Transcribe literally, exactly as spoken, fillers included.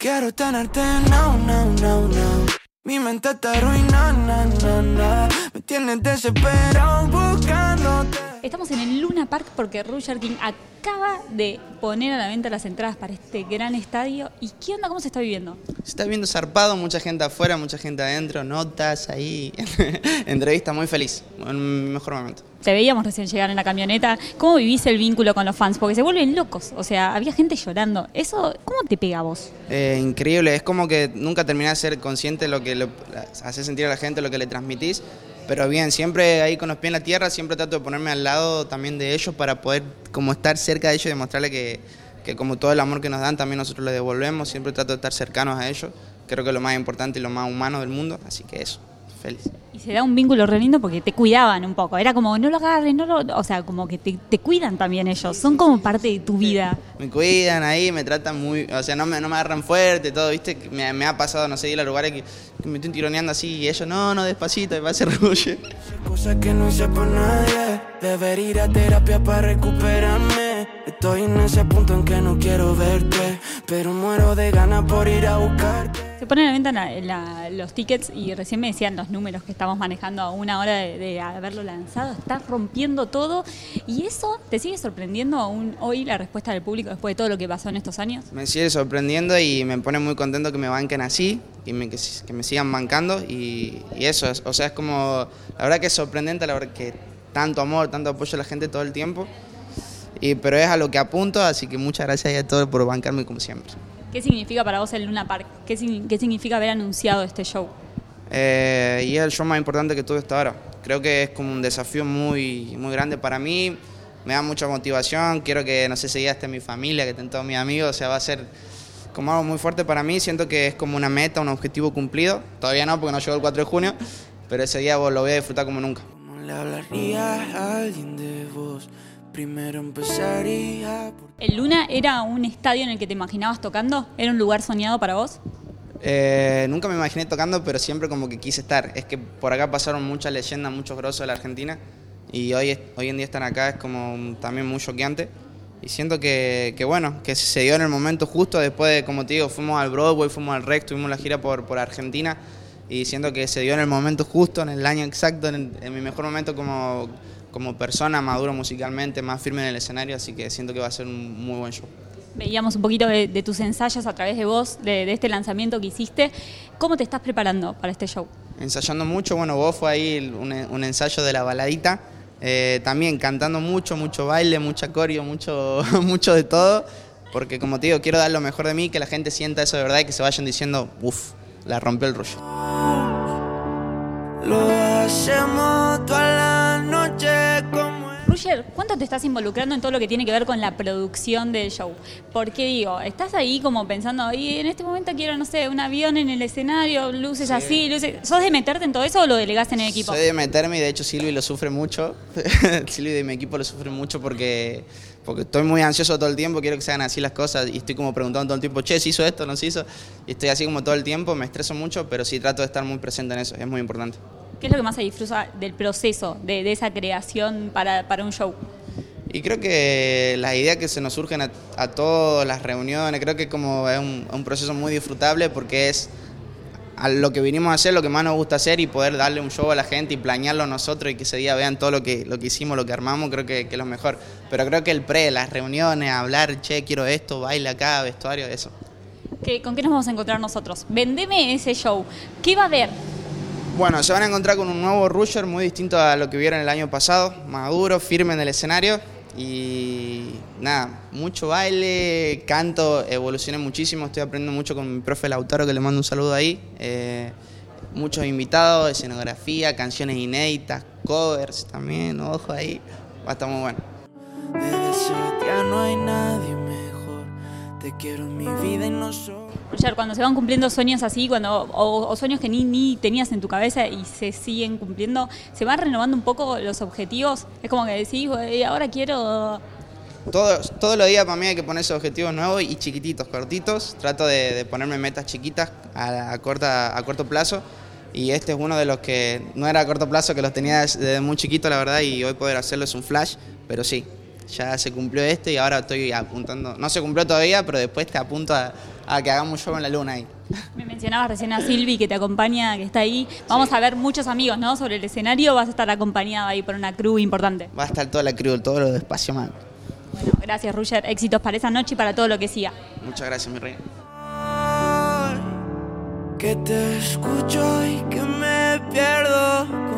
Quiero tenerte now, now, now, now. Mi mente está arruinada, na, na, na. Me tienes desesperado buscándote. Estamos en el Luna Park porque Roger King acaba de poner a la venta las entradas para este gran estadio. ¿Y qué onda? ¿Cómo se está viviendo? Se está viendo zarpado, mucha gente afuera, mucha gente adentro, notas ahí, entrevista, muy feliz, en mi mejor momento. Te veíamos recién llegar en la camioneta. ¿Cómo vivís el vínculo con los fans? Porque se vuelven locos, o sea, había gente llorando. ¿Eso cómo te pega a vos? Eh, increíble, es como que nunca terminás de ser consciente de lo que le haces sentir a la gente, lo que le transmitís. Pero bien, siempre ahí con los pies en la tierra, siempre trato de ponerme al lado también de ellos para poder como estar cerca de ellos y demostrarles que, que como todo el amor que nos dan, también nosotros les devolvemos. Siempre trato de estar cercanos a ellos, creo que es lo más importante y lo más humano del mundo, así que eso, feliz. Y se da un vínculo re lindo porque te cuidaban un poco, era como no lo agarres, no lo, o sea, como que te, te cuidan también ellos, son como parte de tu vida. Me cuidan ahí, me tratan muy, o sea, no me, no me agarran fuerte, todo, viste, me, me ha pasado, no sé, ir a lugares que, que me estoy tironeando así y ellos, no, no, despacito, me va a hacer ruge. Cosas que no hice por nadie, debería ir a terapia para recuperarme. Estoy en ese punto en que no quiero verte, pero muero de ganas por ir a buscarte. Se ponen a la venta la, la, los tickets y recién me decían los números que estamos manejando a una hora de, de haberlo lanzado. Estás rompiendo todo y eso te sigue sorprendiendo aún hoy la respuesta del público después de todo lo que pasó en estos años. Me sigue sorprendiendo y me pone muy contento que me banquen así y me, que, que me sigan bancando y, y eso, es, o sea, es como, la verdad que es sorprendente, la verdad que tanto amor, tanto apoyo a la gente todo el tiempo, y, pero es a lo que apunto, así que muchas gracias a todos por bancarme como siempre. ¿Qué significa para vos el Luna Park? ¿Qué, qué significa haber anunciado este show? Eh, y es el show más importante que tuve hasta ahora. Creo que es como un desafío muy, muy grande para mí. Me da mucha motivación. Quiero que, no sé, ese día esté mi familia, que estén todos mis amigos. O sea, va a ser como algo muy fuerte para mí. Siento que es como una meta, un objetivo cumplido. Todavía no, porque no llegó el cuatro de junio. Pero ese día lo voy a disfrutar como nunca. ¿Cómo le hablaría a alguien de vos? Primero empezaría por... ¿El Luna era un estadio en el que te imaginabas tocando? ¿Era un lugar soñado para vos? Eh, nunca me imaginé tocando, pero siempre como que quise estar. Es que por acá pasaron muchas leyendas, muchos grosos de la Argentina y hoy, hoy en día están acá, es como también muy choqueante. Y siento que, que bueno, que se dio en el momento justo después de, como te digo, fuimos al Broadway, fuimos al Rex, tuvimos la gira por, por Argentina y siento que se dio en el momento justo, en el año exacto, en, en mi mejor momento como... como persona, maduro musicalmente, más firme en el escenario, así que siento que va a ser un muy buen show. Veíamos un poquito de, de tus ensayos a través de vos, de, de este lanzamiento que hiciste. ¿Cómo te estás preparando para este show? Ensayando mucho, bueno, vos fue ahí un, un ensayo de la baladita, eh, también cantando mucho, mucho baile, mucha coreo, mucho, mucho de todo, porque como te digo, quiero dar lo mejor de mí, que la gente sienta eso de verdad y que se vayan diciendo, uff, la rompió el rollo. Lo hacemos toda la noche como... Roger, ¿cuánto te estás involucrando en todo lo que tiene que ver con la producción del show? Porque digo, estás ahí como pensando, y en este momento quiero, no sé, un avión en el escenario, luces sí. así, luces... ¿Sos de meterte en todo eso o lo delegás en el equipo? Soy de meterme y de hecho Silvi lo sufre mucho. Silvi de mi equipo lo sufre mucho porque, porque estoy muy ansioso todo el tiempo, quiero que se hagan así las cosas y estoy como preguntando todo el tiempo, che, ¿se hizo esto? ¿No se hizo? Y estoy así como todo el tiempo, me estreso mucho, pero sí trato de estar muy presente en eso, es muy importante. ¿Qué es lo que más se disfruta del proceso, de, de esa creación para, para un show? Y creo que las ideas que se nos surgen a, a todas las reuniones, creo que como es un, un proceso muy disfrutable porque es a lo que vinimos a hacer, lo que más nos gusta hacer y poder darle un show a la gente y planearlo nosotros y que ese día vean todo lo que, lo que hicimos, lo que armamos, creo que, que es lo mejor. Pero creo que el pre, las reuniones, hablar, che, quiero esto, baila acá, vestuario, eso. ¿Qué, ¿Con qué nos vamos a encontrar nosotros? Vendeme ese show. ¿Qué va a haber? Bueno, se van a encontrar con un nuevo Roger muy distinto a lo que vieron el año pasado, maduro, firme en el escenario y nada, mucho baile, canto, evolucioné muchísimo, estoy aprendiendo mucho con mi profe Lautaro, que le mando un saludo ahí, eh, muchos invitados, escenografía, canciones inéditas, covers también, ojo ahí, va a estar muy bueno. Desde ese día no hay nadie mejor, te quiero en mi vida y no soy... Roger, cuando se van cumpliendo sueños así, cuando o, o sueños que ni, ni tenías en tu cabeza y se siguen cumpliendo, ¿se van renovando un poco los objetivos? Es como que decís, ahora quiero... Todos, todos los días para mí hay que ponerse objetivos nuevos y chiquititos, cortitos. Trato de, de ponerme metas chiquitas a, a, corta, a corto plazo y este es uno de los que no era a corto plazo, que los tenía desde muy chiquito, la verdad, y hoy poder hacerlo es un flash, pero sí, ya se cumplió este y ahora estoy apuntando, no se cumplió todavía, pero después te apunto a, a que hagamos un show en la luna ahí. Me mencionabas recién a Silvi que te acompaña, que está ahí. Vamos sí. a ver muchos amigos, ¿no? Sobre el escenario vas a estar acompañado ahí por una crew importante. Va a estar toda la crew, todo lo de Espacio Man. Bueno, gracias Roger, éxitos para esa noche y para todo lo que siga. Muchas gracias, mi reina. Que te escucho y que me pierdo